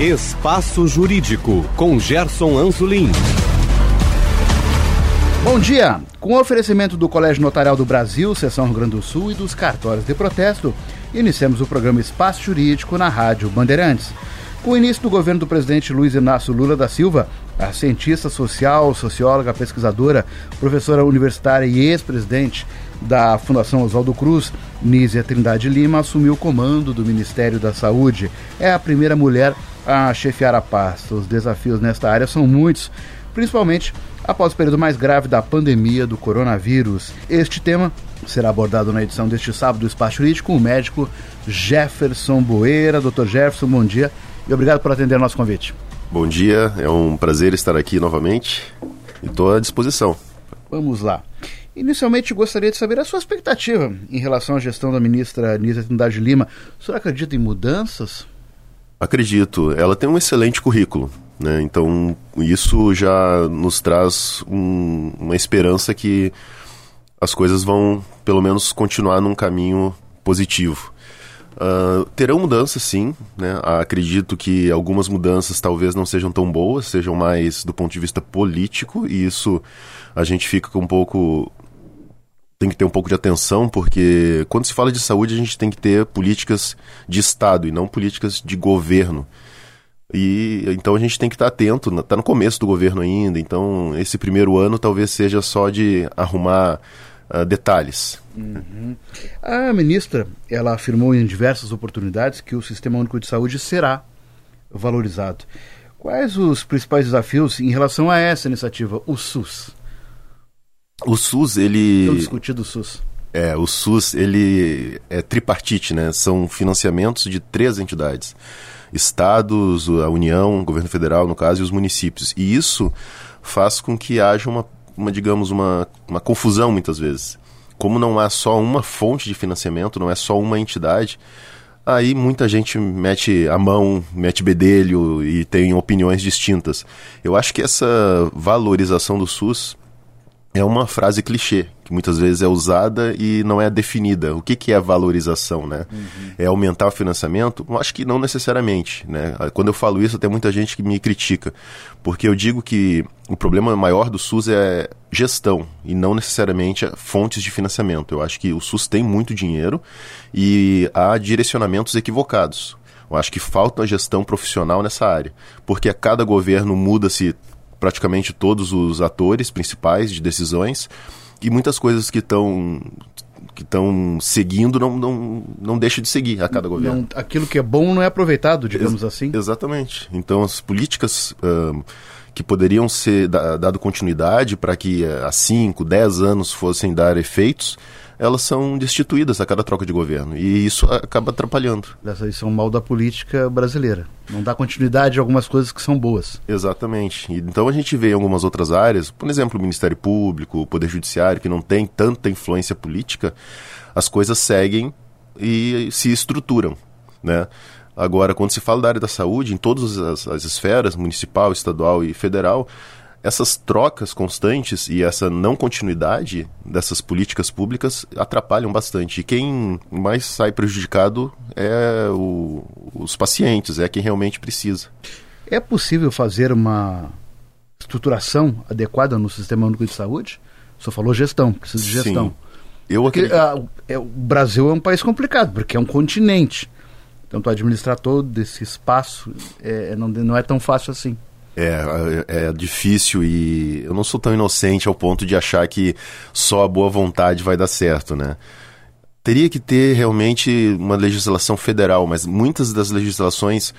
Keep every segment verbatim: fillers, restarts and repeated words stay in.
Espaço Jurídico, com Gerson Anzolin. Bom dia! Com o oferecimento do Colégio Notarial do Brasil, Seção Rio Grande do Sul e dos cartórios de protesto, iniciamos o programa Espaço Jurídico na Rádio Bandeirantes. Com o início do governo do presidente Luiz Inácio Lula da Silva, a cientista social, socióloga, pesquisadora, professora universitária e ex-presidente da Fundação Oswaldo Cruz, Nízia Trindade Lima, assumiu o comando do Ministério da Saúde. É a primeira mulher a chefiar a pasta. Os desafios nesta área são muitos, principalmente após o período mais grave da pandemia do coronavírus. Este tema será abordado na edição deste sábado do Espaço Jurídico com o médico Jefferson Boeira. doutor Jefferson, bom dia e obrigado por atender nosso convite. Bom dia, é um prazer estar aqui novamente e estou à disposição. Vamos lá. Inicialmente, gostaria de saber a sua expectativa em relação à gestão da ministra Nízia Trindade Lima. O senhor acredita em mudanças? Acredito. Ela tem um excelente currículo, né? Então, isso já nos traz um, uma esperança que as coisas vão, pelo menos, continuar num caminho positivo. Uh, terão mudanças, sim, né? Acredito que algumas mudanças talvez não sejam tão boas, sejam mais do ponto de vista político, e isso a gente fica com um pouco... tem que ter um pouco de atenção, porque quando se fala de saúde a gente tem que ter políticas de Estado e não políticas de governo. E então a gente tem que estar atento, está no começo do governo ainda, então esse primeiro ano talvez seja só de arrumar uh, detalhes. Uhum. A ministra, ela afirmou em diversas oportunidades que o Sistema Único de Saúde será valorizado. Quais os principais desafios em relação a essa iniciativa, o SUS? O SUS, ele... Tão discutido o SUS. É, o SUS, ele é tripartite, né? São financiamentos de três entidades. Estados, a União, o governo federal, no caso, e os municípios. E isso faz com que haja uma, uma digamos, uma, uma confusão, muitas vezes. Como não há só uma fonte de financiamento, não é só uma entidade, aí muita gente mete a mão, mete bedelho e tem opiniões distintas. Eu acho que essa valorização do SUS é uma frase clichê, que muitas vezes é usada e não é definida. O que, que é valorização, né? Uhum. É aumentar o financiamento? Eu acho que não necessariamente, né? Quando eu falo isso, tem muita gente que me critica, porque eu digo que o problema maior do SUS é gestão e não necessariamente fontes de financiamento. Eu acho que o SUS tem muito dinheiro e há direcionamentos equivocados. Eu acho que falta gestão profissional nessa área, porque a cada governo muda-se praticamente todos os atores principais de decisões e muitas coisas que estão que estão seguindo não, não, não deixam de seguir a cada governo. Não, aquilo que é bom não é aproveitado, digamos Ex- assim. Exatamente. Então as políticas uh, que poderiam ser da, dado continuidade para que uh, há cinco, dez anos fossem dar efeitos, elas são destituídas a cada troca de governo. E isso acaba atrapalhando. Isso é um mal da política brasileira. Não dá continuidade a algumas coisas que são boas. Exatamente. Então a gente vê em algumas outras áreas, por exemplo, o Ministério Público, o Poder Judiciário, que não tem tanta influência política, as coisas seguem e se estruturam, né? Agora, quando se fala da área da saúde, em todas as, as esferas, municipal, estadual e federal, essas trocas constantes e essa não continuidade dessas políticas públicas atrapalham bastante. E quem mais sai prejudicado é o, os pacientes, é quem realmente precisa. É possível fazer uma estruturação adequada no Sistema Único de Saúde? O senhor falou gestão, precisa de gestão. Sim. Eu porque, acredito... a, é, o Brasil é um país complicado, porque é um continente. Então, administrar todo esse espaço é, não, não é tão fácil assim. É, é difícil e eu não sou tão inocente ao ponto de achar que só a boa vontade vai dar certo, né? Teria que ter realmente uma legislação federal, mas muitas das legislações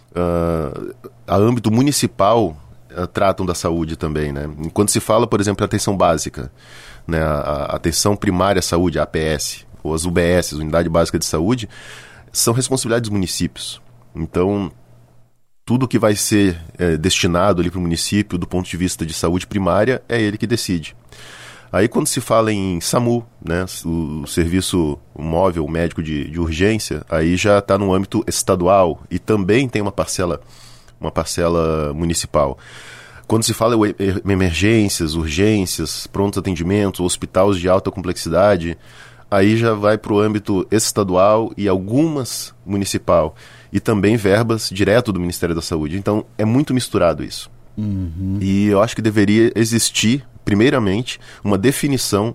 uh, a âmbito municipal uh, tratam da saúde também, né? Quando se fala, por exemplo, atenção básica, né? a, a atenção primária à saúde, a A P S, ou as U B S, Unidade Básica de Saúde, são responsabilidade dos municípios. Então, tudo que vai ser é, destinado ali para o município do ponto de vista de saúde primária é ele que decide. Aí quando se fala em SAMU, né, o Serviço Móvel Médico de, de Urgência, aí já está no âmbito estadual e também tem uma parcela, uma parcela municipal. Quando se fala em emergências, urgências, prontos atendimentos, hospitais de alta complexidade, aí já vai para o âmbito estadual e algumas municipal. E também verbas direto do Ministério da Saúde. Então, é muito misturado isso. Uhum. E eu acho que deveria existir, primeiramente, uma definição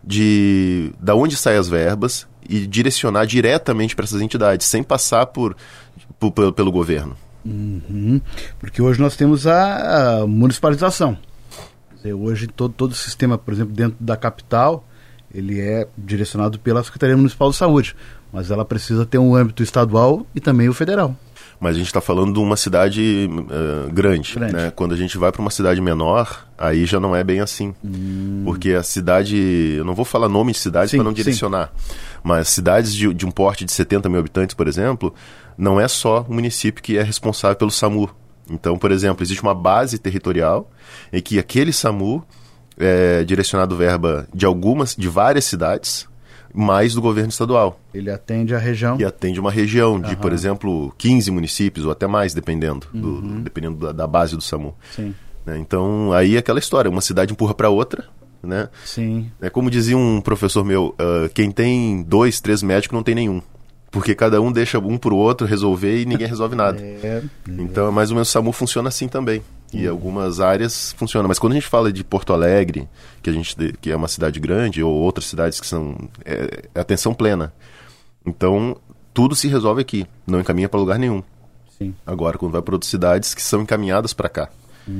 de da onde saem as verbas e direcionar diretamente para essas entidades, sem passar por, por, pelo, pelo governo. Uhum. Porque hoje nós temos a, a municipalização. Quer dizer, hoje todo, todo o sistema, por exemplo, dentro da capital, ele é direcionado pela Secretaria Municipal de Saúde, mas ela precisa ter um âmbito estadual e também o federal. Mas a gente está falando de uma cidade uh, grande, grande. Né? Quando a gente vai para uma cidade menor, aí já não é bem assim. Hum. Porque a cidade, eu não vou falar nome de cidades para não direcionar, sim. Mas cidades de, de um porte de setenta mil habitantes, por exemplo, não é só o município que é responsável pelo SAMU. Então, por exemplo, existe uma base territorial em que aquele SAMU é direcionado verba de algumas, de várias cidades, mais do governo estadual. Ele atende a região? E atende uma região de, uhum. por exemplo, quinze municípios ou até mais, dependendo, do, uhum. dependendo da, da base do SAMU. Sim. Né? Então, aí é aquela história, uma cidade empurra para outra, né? Sim. É como dizia um professor meu, uh, quem tem dois, três médicos não tem nenhum. Porque cada um deixa um pro outro resolver e ninguém resolve nada. é, é. Então, mais ou menos, o SAMU funciona assim também. E hum. algumas áreas funcionam. Mas quando a gente fala de Porto Alegre, que, a gente, que é uma cidade grande, ou outras cidades que são... É, é atenção plena. Então, tudo se resolve aqui. Não encaminha para lugar nenhum. Sim. Agora, quando vai para outras cidades que são encaminhadas para cá.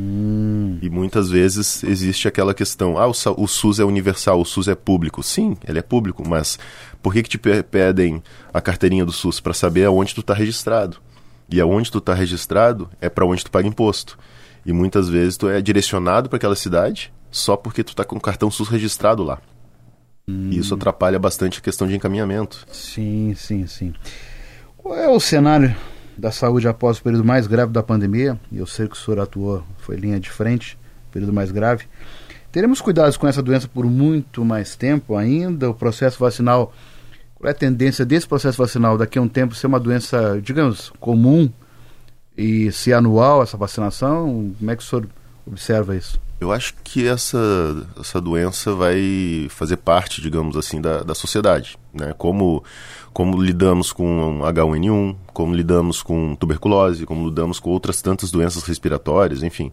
Hum. E muitas vezes existe aquela questão, ah, o, o SUS é universal, o SUS é público. Sim, ele é público, mas por que que te pedem a carteirinha do SUS? Para saber aonde tu está registrado. E aonde tu está registrado é para onde tu paga imposto. E muitas vezes tu é direcionado para aquela cidade só porque tu está com o cartão SUS registrado lá. Hum. E isso atrapalha bastante a questão de encaminhamento. Sim, sim, sim. Qual é o cenário da saúde após o período mais grave da pandemia? E eu sei que o senhor atuou, foi linha de frente, período mais grave. Teremos cuidados com essa doença por muito mais tempo ainda? O processo vacinal, qual é a tendência desse processo vacinal daqui a um tempo ser uma doença, digamos, comum e ser anual essa vacinação? Como é que o senhor observa isso? Eu acho que essa, essa doença vai fazer parte, digamos assim, da, da sociedade, né? Como, como lidamos com H um N um, como lidamos com tuberculose, como lidamos com outras tantas doenças respiratórias, enfim.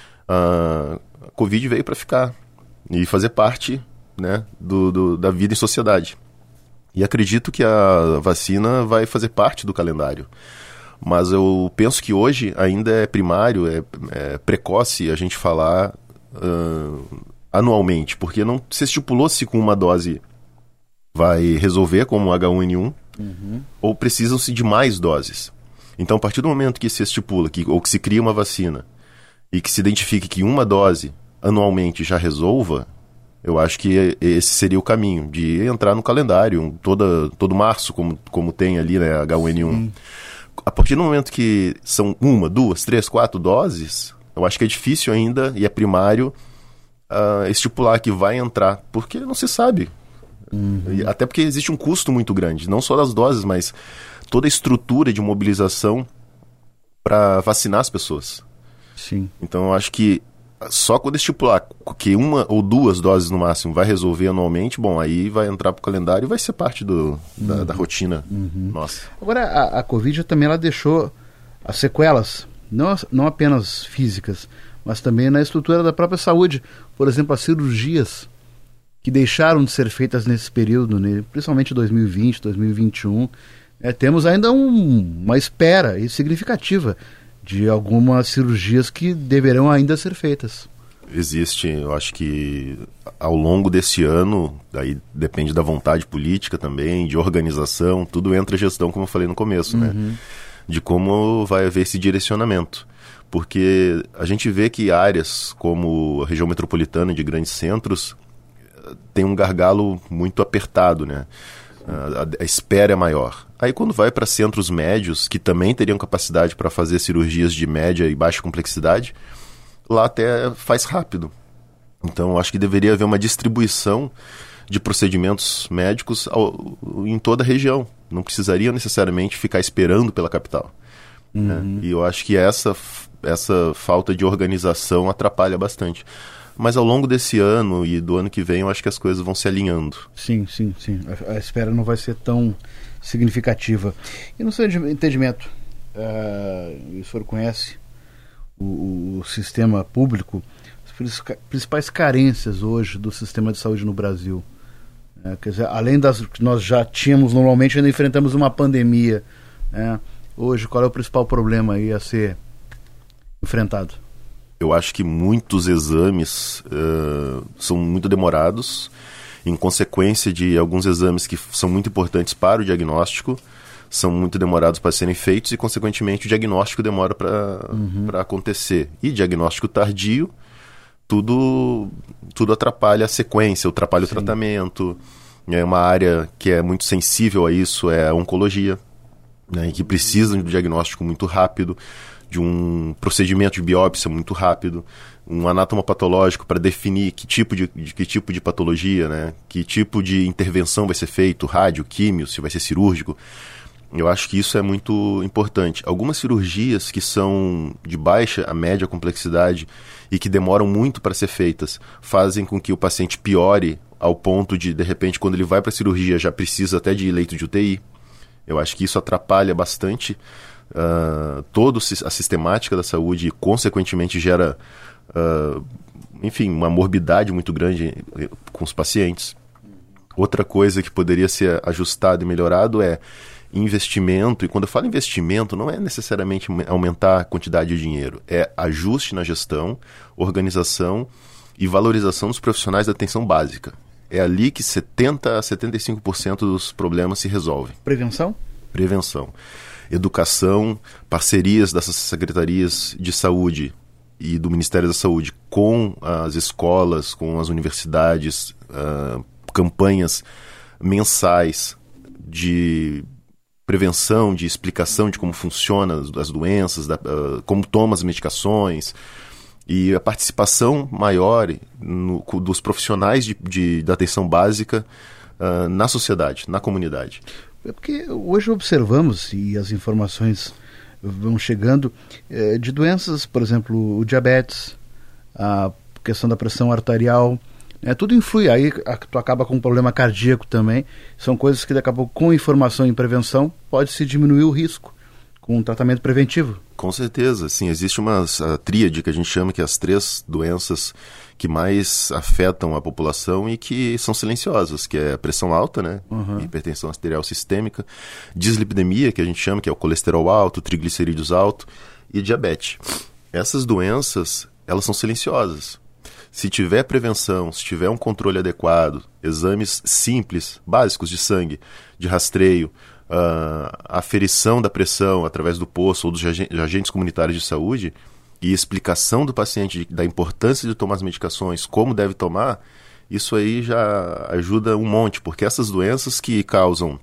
A Covid veio para ficar e fazer parte, né, do, do, da vida em sociedade. E acredito que a vacina vai fazer parte do calendário. Mas eu penso que hoje ainda é primário, é, é precoce a gente falar uh, anualmente, porque não se estipulou se com uma dose vai resolver como H um N um, uhum. ou precisam-se de mais doses. Então, a partir do momento que se estipula, que, ou que se cria uma vacina, e que se identifique que uma dose anualmente já resolva, eu acho que esse seria o caminho, de entrar no calendário, toda, todo março, como, como tem ali, né, H um N um. Sim. A partir do momento que são uma, duas, três, quatro doses, eu acho que é difícil ainda, e é primário, uh, estipular que vai entrar, porque não se sabe. Uhum. Até porque existe um custo muito grande, não só das doses, mas toda a estrutura de mobilização para vacinar as pessoas. Sim. Então eu acho que só quando estipular que uma ou duas doses no máximo vai resolver anualmente, bom, aí vai entrar para o calendário e vai ser parte do, da, uhum. da rotina uhum. nossa. Agora, a, a Covid também ela deixou as sequelas, não, não apenas físicas, mas também na estrutura da própria saúde. Por exemplo, as cirurgias que deixaram de ser feitas nesse período, né, principalmente dois mil e vinte, dois mil e vinte e um, é, temos ainda um, uma espera significativa de algumas cirurgias que deverão ainda ser feitas. Existe, eu acho que ao longo desse ano, aí depende da vontade política também, de organização, tudo entra em gestão, como eu falei no começo, uhum. né? De como vai haver esse direcionamento. Porque a gente vê que áreas como a região metropolitana de grandes centros tem um gargalo muito apertado, né? A, a espera é maior. Aí quando vai para centros médios, que também teriam capacidade para fazer cirurgias de média e baixa complexidade, lá até faz rápido. Então acho que deveria haver uma distribuição de procedimentos médicos ao, em toda a região. Não precisaria necessariamente ficar esperando pela capital. Uhum. Né? E eu acho que essa, essa falta de organização atrapalha bastante. mas ao longo desse ano e do ano que vem eu acho que as coisas vão se alinhando. Sim, sim, sim. A, a espera não vai ser tão significativa. E no seu entendimento, uh, o senhor conhece o, o sistema público, as principais carências hoje do sistema de saúde no Brasil? Uh, quer dizer, além das que nós já tínhamos normalmente, ainda enfrentamos uma pandemia, né? Hoje, qual é o principal problema aí a ser enfrentado? Eu acho que muitos exames uh, são muito demorados, em consequência de alguns exames que são muito importantes para o diagnóstico, são muito demorados para serem feitos e, consequentemente, o diagnóstico demora para uhum. para acontecer. E diagnóstico tardio, tudo, tudo atrapalha a sequência, atrapalha Sim. o tratamento. É uma área que é muito sensível a isso, é a oncologia, né, que precisa de um diagnóstico muito rápido, de um procedimento de biópsia muito rápido, um anatomopatológico para definir que tipo de, de, que tipo de patologia, né? Que tipo de intervenção vai ser feito, rádio, químio, se vai ser cirúrgico. Eu acho que isso é muito importante. Algumas cirurgias que são de baixa a média complexidade e que demoram muito para ser feitas, fazem com que o paciente piore ao ponto de, de repente, quando ele vai para a cirurgia, já precisa até de leito de U T I. Eu acho que isso atrapalha bastante Uh, toda a sistemática da saúde e, consequentemente, gera, uh, enfim, uma morbidade muito grande com os pacientes. Outra coisa que poderia ser ajustado e melhorado é investimento, e quando eu falo investimento, não é necessariamente aumentar a quantidade de dinheiro, é ajuste na gestão, organização e valorização dos profissionais da atenção básica. É ali que setenta a setenta e cinco por cento dos problemas se resolvem. Prevenção? Prevenção. Educação, parcerias dessas secretarias de saúde e do Ministério da Saúde com as escolas, com as universidades, uh, campanhas mensais de prevenção, de explicação de como funcionam as doenças, da, uh, como tomam as medicações, e a participação maior no, dos profissionais de, de, da atenção básica uh, na sociedade, na comunidade. É porque hoje observamos, e as informações vão chegando, é, de doenças, por exemplo, o diabetes, a questão da pressão arterial, né, tudo influi, aí tu acaba com um problema cardíaco também, são coisas que daqui a pouco, com informação e prevenção, pode-se diminuir o risco com um tratamento preventivo. Com certeza, sim, existe uma tríade que a gente chama que é as três doenças que mais afetam a população e que são silenciosas, que é a pressão alta, né? Uhum. Hipertensão arterial sistêmica, dislipidemia, que a gente chama que é o colesterol alto, triglicerídeos alto, e diabetes. Essas doenças, elas são silenciosas. Se tiver prevenção, se tiver um controle adequado, exames simples, básicos de sangue, de rastreio, uh, aferição da pressão através do poço ou dos agentes comunitários de saúde, e explicação do paciente de, da importância de tomar as medicações, como deve tomar, isso aí já ajuda um monte, porque essas doenças que causam,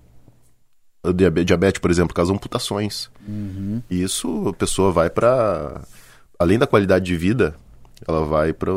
o diabetes, por exemplo, causam amputações. Uhum. E isso a pessoa vai para, além da qualidade de vida, ela vai para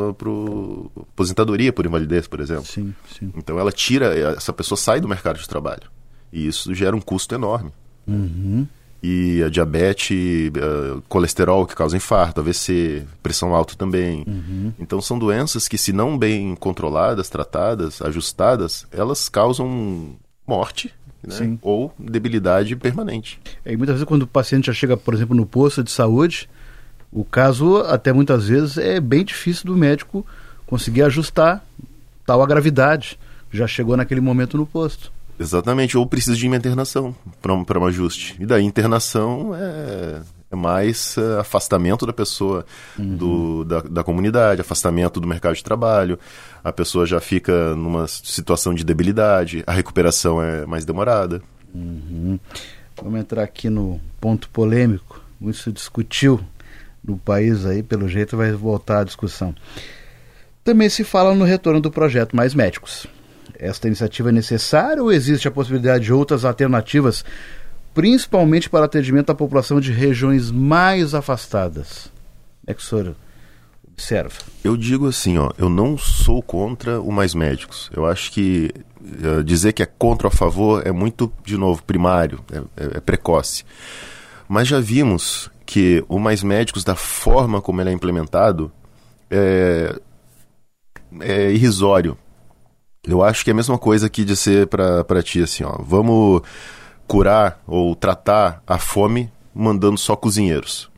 a aposentadoria por invalidez, por exemplo. Sim, sim. Então ela tira, essa pessoa sai do mercado de trabalho. E isso gera um custo enorme. Uhum. E a diabetes, uh, colesterol que causa infarto, A V C, pressão alta também. Uhum. Então são doenças que, se não bem controladas, tratadas, ajustadas, elas causam morte, né? Ou debilidade permanente. E muitas vezes quando o paciente já chega, por exemplo, no posto de saúde, o caso até muitas vezes é bem difícil do médico conseguir ajustar tal a gravidade. Já chegou naquele momento no posto. Exatamente, ou precisa de uma internação para um, para um ajuste. E daí internação é, é mais uh, afastamento da pessoa uhum. do, da, da comunidade, afastamento do mercado de trabalho, a pessoa já fica numa situação de debilidade, a recuperação é mais demorada. Uhum. Vamos entrar aqui no ponto polêmico, muito se discutiu no país aí, pelo jeito vai voltar a discussão. Também se fala no retorno do projeto Mais Médicos. Esta iniciativa é necessária ou existe a possibilidade de outras alternativas, principalmente para atendimento à população de regiões mais afastadas? É que o senhor observa. Eu digo assim, ó, eu não sou contra o Mais Médicos. Eu acho que uh, dizer que é contra ou a favor é muito, de novo, primário, é, é, é precoce. Mas já vimos que o Mais Médicos, da forma como ele é implementado, é... é irrisório. Eu acho que é a mesma coisa que dizer pra, pra ti assim, ó, vamos curar ou tratar a fome mandando só cozinheiros.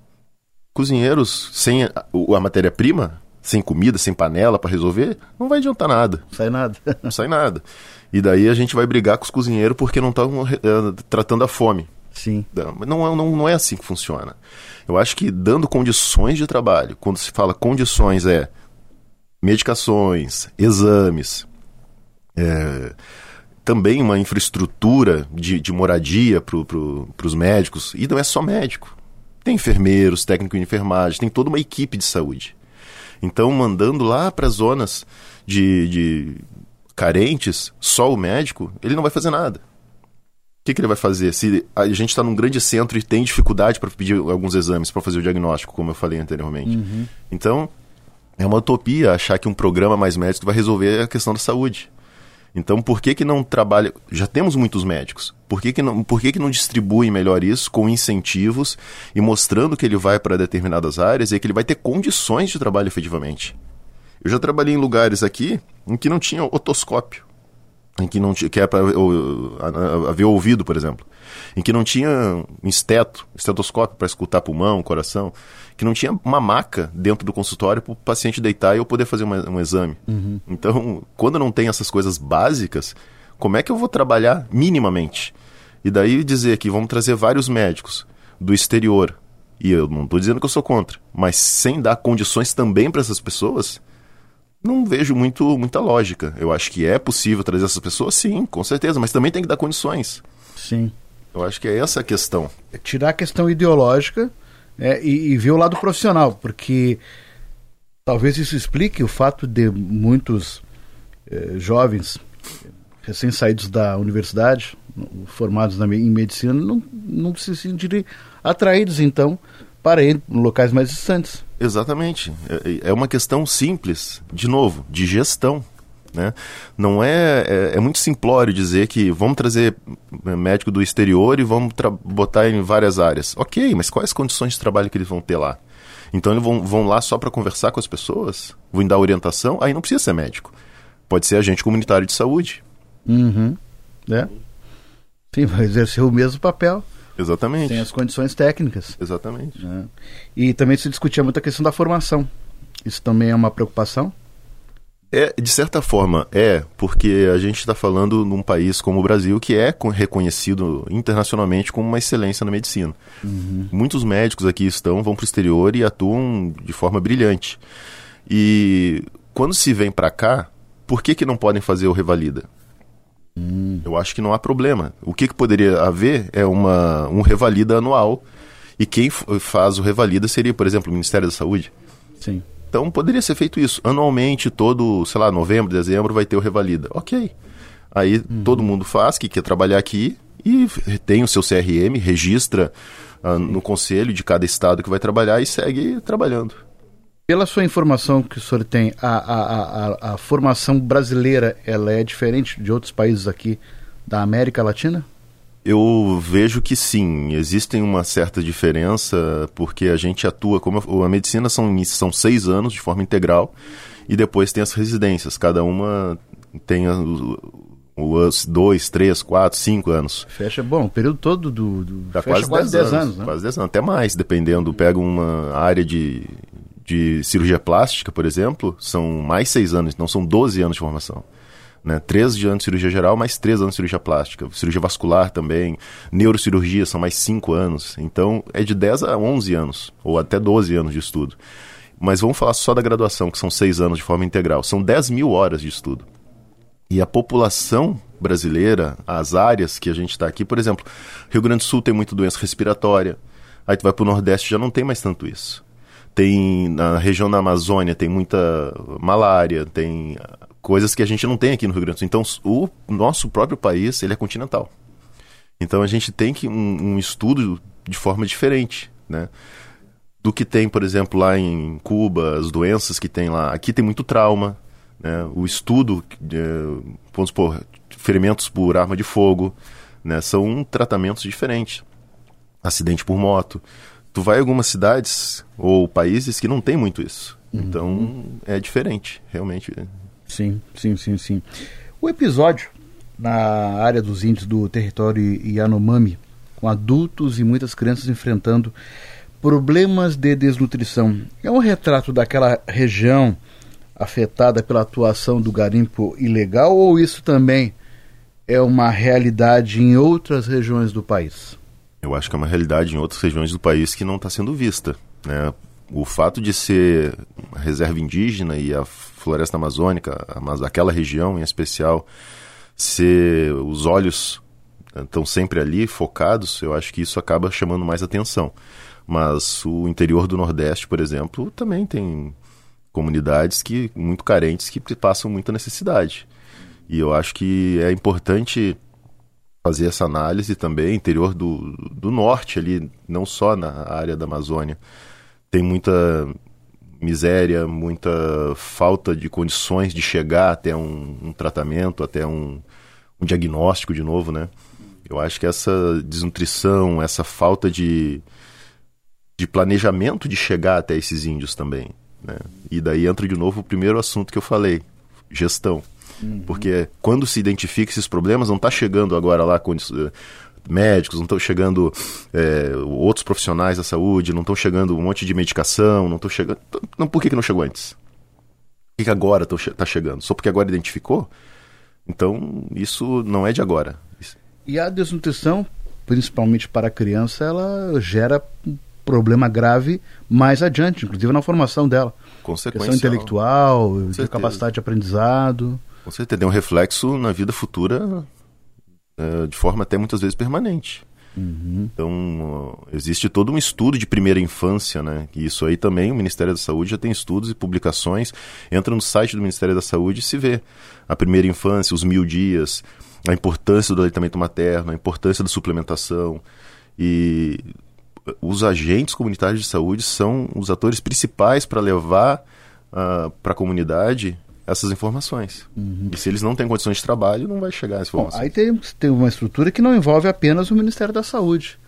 Cozinheiros sem a, a matéria-prima, sem comida, sem panela para resolver, não vai adiantar nada. Não sai nada. Não sai nada. E daí a gente vai brigar com os cozinheiros porque não estão uh, tratando a fome. Sim. Não, não, não é assim que funciona. Eu acho que dando condições de trabalho, quando se fala condições é medicações, exames, é, também uma infraestrutura de, de moradia para pro, os médicos, e não é só médico. Tem enfermeiros, técnico de enfermagem, tem toda uma equipe de saúde. Então, mandando lá para as zonas de, de carentes, só o médico, ele não vai fazer nada. O que, que ele vai fazer? Se a gente está num grande centro e tem dificuldade para pedir alguns exames para fazer o diagnóstico, como eu falei anteriormente. Uhum. Então, é uma utopia achar que um programa mais médico vai resolver a questão da saúde. Então, por que que não trabalha... Já temos muitos médicos. Por que que não, por que que não distribui melhor isso com incentivos e mostrando que ele vai para determinadas áreas e que ele vai ter condições de trabalho efetivamente? Eu já trabalhei em lugares aqui em que não tinha otoscópio. Em que não tinha, que é para haver ouvido, por exemplo, em que não tinha um esteto, estetoscópio para escutar pulmão, coração, que não tinha uma maca dentro do consultório para o paciente deitar e eu poder fazer uma, um exame. Uhum. Então, quando não tem essas coisas básicas, como é que eu vou trabalhar minimamente? E daí dizer que vamos trazer vários médicos do exterior, e eu não estou dizendo que eu sou contra, mas sem dar condições também para essas pessoas... Não vejo muito, muita lógica. Eu acho que é possível trazer essas pessoas, sim, com certeza, mas também tem que dar condições. Sim. Eu acho que é essa a questão. É tirar a questão ideológica é, e, e ver o lado profissional, porque talvez isso explique o fato de muitos eh, jovens recém-saídos da universidade, formados na, em medicina, não, não se sentirem atraídos, então, para ir em locais mais distantes. Exatamente. É uma questão simples, de novo, de gestão. Né? Não é, é, é muito simplório dizer que vamos trazer médico do exterior e vamos botar em várias áreas. Ok, mas quais condições de trabalho que eles vão ter lá? Então eles vão, vão lá só para conversar com as pessoas? Vão dar orientação? Aí não precisa ser médico. Pode ser agente comunitário de saúde. Uhum. É. Sim, vai exercer o mesmo papel. Exatamente. Tem as condições técnicas. Exatamente. É. E também se discutia muito a questão da formação. Isso também é uma preocupação? É, de certa forma é, porque a gente está falando num país como o Brasil que é reconhecido internacionalmente como uma excelência na medicina. Uhum. Muitos médicos aqui estão, vão para o exterior e atuam de forma brilhante. E quando se vem para cá, por que que não podem fazer o revalida? Hum. Eu acho que não há problema. O que, que poderia haver é uma, um revalida anual. E quem f- faz o revalida seria, por exemplo, o Ministério da Saúde. Sim. Então poderia ser feito isso. Anualmente, todo, sei lá, novembro, dezembro, vai ter o revalida. Ok. Aí uhum. todo mundo faz, que quer trabalhar aqui, e tem o seu C R M, registra uh, no conselho de cada estado que vai trabalhar e segue trabalhando. Pela sua informação que o senhor tem, a, a, a, a formação brasileira ela é diferente de outros países aqui da América Latina? Eu vejo que sim, existe uma certa diferença, porque a gente atua, como a medicina são, são seis anos de forma integral, e depois tem as residências, cada uma tem os dois, três, quatro, cinco anos. Fecha, bom, o período todo do... do Dá fecha quase dez anos, anos, né? Quase dez anos, até mais, dependendo, pega uma área de... de cirurgia plástica, por exemplo, são mais seis anos, não são doze anos de formação. Né? três anos de cirurgia geral, mais três anos de cirurgia plástica. Cirurgia vascular também. Neurocirurgia são mais cinco anos. Então, é de dez a onze anos, ou até doze anos de estudo. Mas vamos falar só da graduação, que são seis anos de forma integral. São dez mil horas de estudo. E a população brasileira, as áreas que a gente está aqui, por exemplo, Rio Grande do Sul tem muita doença respiratória. Aí tu vai para o Nordeste, já não tem mais tanto isso. Tem, na região da Amazônia tem muita malária, tem coisas que a gente não tem aqui no Rio Grande do Sul. Então, o nosso próprio país, ele é continental. Então, a gente tem que um, um estudo de forma diferente, né? Do que tem, por exemplo, lá em Cuba, as doenças que tem lá. Aqui tem muito trauma, né? O estudo, é, vamos supor, ferimentos por arma de fogo, né? São tratamentos diferentes. Acidente por moto. Tu vai a algumas cidades ou países que não tem muito isso. Uhum. Então, é diferente, realmente. Sim, sim, sim, sim. O episódio na área dos índios do território Yanomami, com adultos e muitas crianças enfrentando problemas de desnutrição, é um retrato daquela região afetada pela atuação do garimpo ilegal, ou isso também é uma realidade em outras regiões do país? Eu acho que é uma realidade em outras regiões do país que não está sendo vista, né? O fato de ser a reserva indígena e a floresta amazônica, mas aquela região em especial, ser os olhos estão sempre ali focados, eu acho que isso acaba chamando mais atenção. Mas o interior do Nordeste, por exemplo, também tem comunidades que, muito carentes que passam muita necessidade. E eu acho que é importante fazer essa análise também, interior do, do norte ali, não só na área da Amazônia. Tem muita miséria, muita falta de condições de chegar até um, um tratamento, até um, um diagnóstico de novo, né? Eu acho que essa desnutrição, essa falta de, de planejamento de chegar até esses índios também, né? E daí entra de novo o primeiro assunto que eu falei, gestão. Uhum. Porque quando se identifica esses problemas, não está chegando agora lá com médicos, não estão chegando é, outros profissionais da saúde, não estão chegando um monte de medicação, não estão chegando... Não, por que, que não chegou antes? Por que, que agora está chegando? Só porque agora identificou? Então, isso não é de agora. E a desnutrição, principalmente para a criança, ela gera um problema grave mais adiante, inclusive na formação dela. Consequência. Questão intelectual, de capacidade de aprendizado. Com certeza, tem um reflexo na vida futura é, de forma até muitas vezes permanente. Uhum. Então, existe todo um estudo de primeira infância, né? E isso aí também, o Ministério da Saúde já tem estudos e publicações. Entra no site do Ministério da Saúde e se vê a primeira infância, os mil dias, a importância do aleitamento materno, a importância da suplementação. E os agentes comunitários de saúde são os atores principais para levar uh, para a comunidade essas informações. Uhum. E se eles não têm condições de trabalho, não vai chegar essa informação. Bom, aí tem, tem uma estrutura que não envolve apenas o Ministério da Saúde.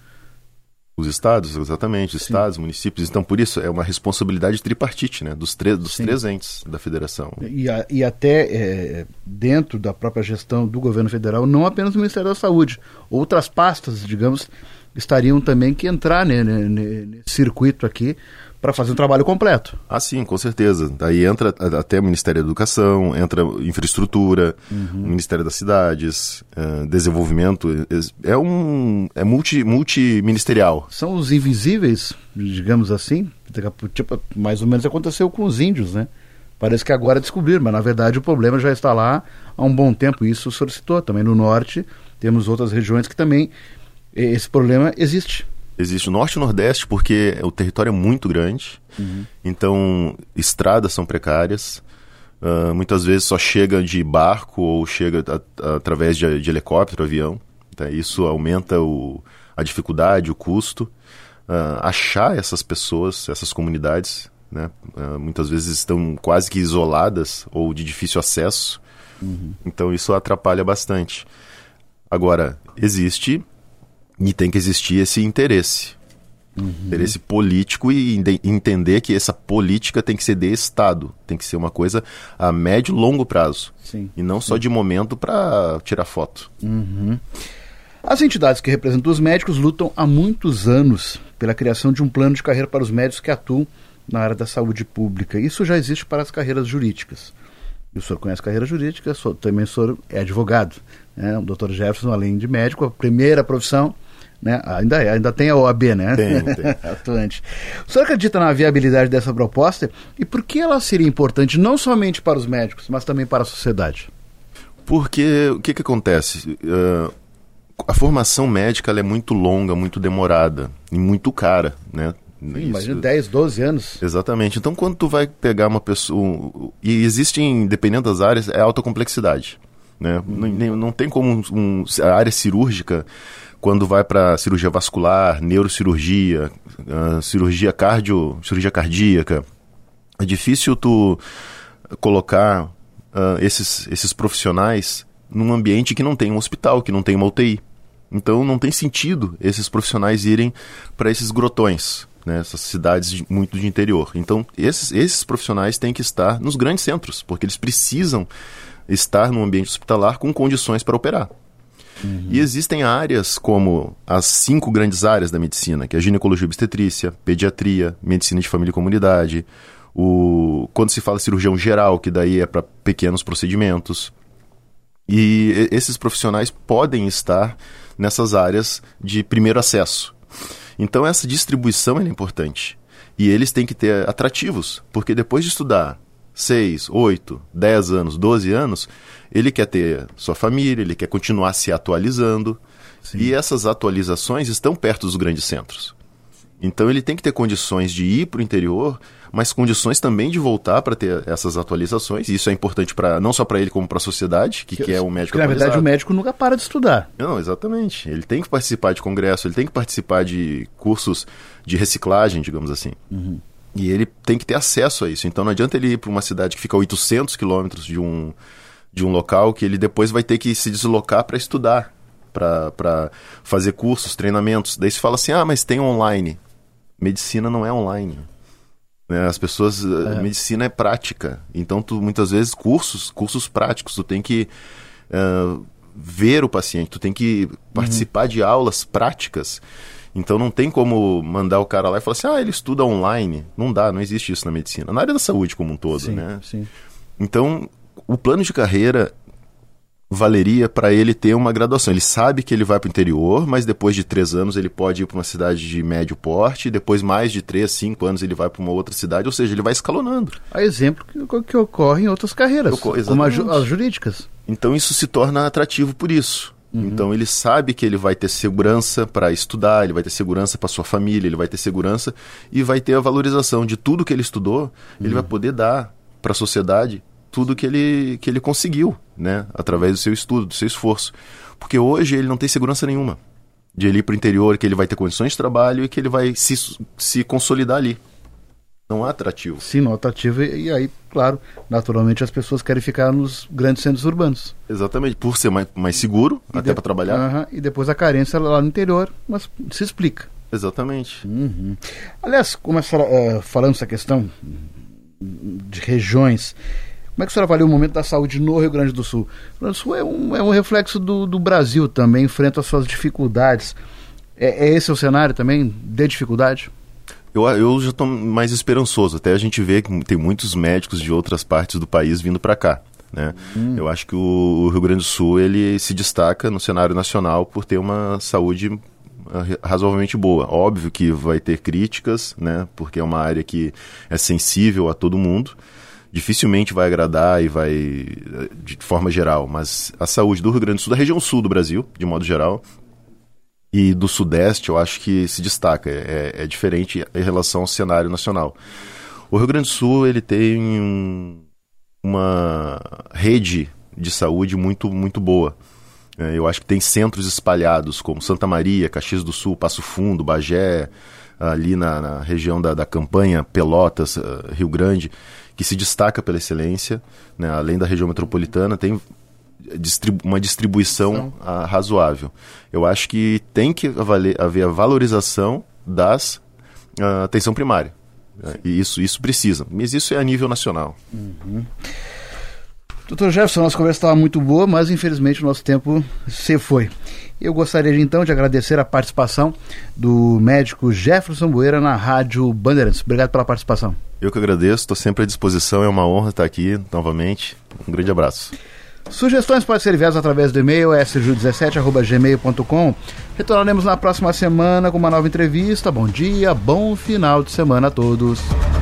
Os estados, exatamente, os estados, municípios. Então, por isso, é uma responsabilidade tripartite, né, dos, tre- dos três entes da federação. E, a, e até é, dentro da própria gestão do governo federal, não apenas o Ministério da Saúde. Outras pastas, digamos, estariam também que entrar né, nesse circuito aqui para fazer um trabalho completo. Ah, sim, com certeza. Daí entra até o Ministério da Educação, entra infraestrutura, uhum. Ministério das Cidades, uh, desenvolvimento. É um é multi, multiministerial. São os invisíveis, digamos assim. Tipo, mais ou menos aconteceu com os índios, né? Parece que agora descobriram, mas na verdade o problema já está lá há um bom tempo. Isso solicitou também no norte. Temos outras regiões que também esse problema existe. Existe o norte e o nordeste porque o território é muito grande, uhum. Então estradas são precárias, uh, muitas vezes só chega de barco ou chega a, a, através de, de helicóptero, avião, tá? Isso aumenta o, a dificuldade, o custo. Uh, achar essas pessoas, essas comunidades, né? Uh, muitas vezes estão quase que isoladas ou de difícil acesso, uhum. Então isso atrapalha bastante. Agora, existe... E tem que existir esse interesse, uhum. interesse político e de, entender que essa política tem que ser de Estado, tem que ser uma coisa a médio e longo prazo. Sim. E não só de momento para tirar foto. Uhum. As entidades que representam os médicos lutam há muitos anos pela criação de um plano de carreira para os médicos que atuam na área da saúde pública. Isso já existe para as carreiras jurídicas. E o senhor conhece carreira jurídica, sou, também o senhor é advogado. Né? O doutor Jefferson, além de médico, a primeira profissão... Né? Ainda, é, ainda tem a O A B, né? Tem, tem. Atuante. O senhor acredita na viabilidade dessa proposta e por que ela seria importante não somente para os médicos, mas também para a sociedade? Porque o que, que acontece? Uh, a formação médica ela é muito longa, muito demorada e muito cara, né? Sim, imagina dez, doze anos. Exatamente. Então, quando tu vai pegar uma pessoa... E existem, dependendo das áreas, é alta complexidade. Né? Hum. Não, não tem como um, um, a área cirúrgica... Quando vai para cirurgia vascular, neurocirurgia, uh, cirurgia cardio, cirurgia cardíaca, é difícil tu colocar uh, esses, esses profissionais num ambiente que não tem um hospital, que não tem uma U T I. Então não tem sentido esses profissionais irem para esses grotões, né, essas cidades de, muito de interior. Então, esses, esses profissionais têm que estar nos grandes centros, porque eles precisam estar no ambiente hospitalar com condições para operar. Uhum. E existem áreas como as cinco grandes áreas da medicina, que é a ginecologia e obstetrícia, pediatria, medicina de família e comunidade, o, quando se fala cirurgião geral, que daí é para pequenos procedimentos. E esses profissionais podem estar nessas áreas de primeiro acesso. Então essa distribuição é importante. E eles têm que ter atrativos, porque depois de estudar seis, oito, dez anos, doze anos, ele quer ter sua família, ele quer continuar se atualizando. Sim. E essas atualizações estão perto dos grandes centros. Então ele tem que ter condições de ir para o interior, mas condições também de voltar para ter essas atualizações. E isso é importante pra, não só para ele, como para a sociedade, que, que é o médico Porque, na verdade, o médico nunca para de estudar. Não, exatamente. Ele tem que participar de congresso, ele tem que participar de cursos de reciclagem, digamos assim. Uhum. E ele tem que ter acesso a isso. Então não adianta ele ir para uma cidade que fica a oitocentos quilômetros de um, de um local que ele depois vai ter que se deslocar para estudar, para fazer cursos, treinamentos. Daí se fala assim, ah, mas tem online. Medicina não é online. Né? As pessoas... É. Medicina é prática. Então, tu, muitas vezes, cursos, cursos práticos. Tu tem que uh, ver o paciente. Tu tem que participar uhum. de aulas práticas. Então, não tem como mandar o cara lá e falar assim, ah, ele estuda online. Não dá, não existe isso na medicina. Na área da saúde como um todo, sim, né? Sim. Então, o plano de carreira valeria para ele ter uma graduação. Ele sabe que ele vai para o interior, mas depois de três anos ele pode ir para uma cidade de médio porte, depois mais de três, cinco anos ele vai para uma outra cidade, ou seja, ele vai escalonando. Há exemplo que, que ocorre em outras carreiras, Ocor- como as, ju- as jurídicas. Então isso se torna atrativo por isso. Uhum. Então ele sabe que ele vai ter segurança para estudar, ele vai ter segurança para sua família, ele vai ter segurança e vai ter a valorização de tudo que ele estudou, uhum. ele vai poder dar para a sociedade tudo que ele, que ele conseguiu, né? Através do seu estudo, do seu esforço. Porque hoje ele não tem segurança nenhuma de ele ir para o interior, que ele vai ter condições de trabalho e que ele vai se, se consolidar ali. Não é atrativo. Sim, não é atrativo. E, e aí, claro, naturalmente as pessoas querem ficar nos grandes centros urbanos. Exatamente, por ser mais, mais seguro, e até de... para trabalhar. Uh-huh, e depois a carência lá no interior, mas se explica. Exatamente. Uhum. Aliás, como a senhora, uh, falando essa questão de regiões... Como é que a senhora avalia o momento da saúde no Rio Grande do Sul? O Rio Grande do Sul é um, é um reflexo do, do Brasil também, enfrenta as suas dificuldades. É, é esse o cenário também, de dificuldade? Eu, eu já estou mais esperançoso. Até a gente vê que tem muitos médicos de outras partes do país vindo para cá. Né? Hum. Eu acho que o, o Rio Grande do Sul ele se destaca no cenário nacional por ter uma saúde razoavelmente boa. Óbvio que vai ter críticas, né? Porque é uma área que é sensível a todo mundo. Dificilmente vai agradar e vai de forma geral, mas a saúde do Rio Grande do Sul, da região sul do Brasil, de modo geral, e do Sudeste, eu acho que se destaca, é, é diferente em relação ao cenário nacional. O Rio Grande do Sul ele tem um, uma rede de saúde muito, muito boa. É, eu acho que tem centros espalhados, como Santa Maria, Caxias do Sul, Passo Fundo, Bagé, ali na, na região da, da Campanha, Pelotas, uh, Rio Grande, que se destaca pela excelência, né? Além da região metropolitana, tem distribu- uma distribuição uh, razoável. Eu acho que tem que haver, haver a valorização das uh, atenção primária. Né? E isso, isso precisa, mas isso é a nível nacional. Uhum. doutor Jefferson, nossa conversa estava muito boa, mas infelizmente o nosso tempo se foi. Eu gostaria então de agradecer a participação do médico Jefferson Bueira na Rádio Bandeirantes. Obrigado pela participação. Eu que agradeço, estou sempre à disposição, é uma honra estar aqui novamente. Um grande abraço. Sugestões podem ser enviadas através do e-mail s ju dezessete arroba gmail ponto com. Retornaremos na próxima semana com uma nova entrevista. Bom dia, bom final de semana a todos.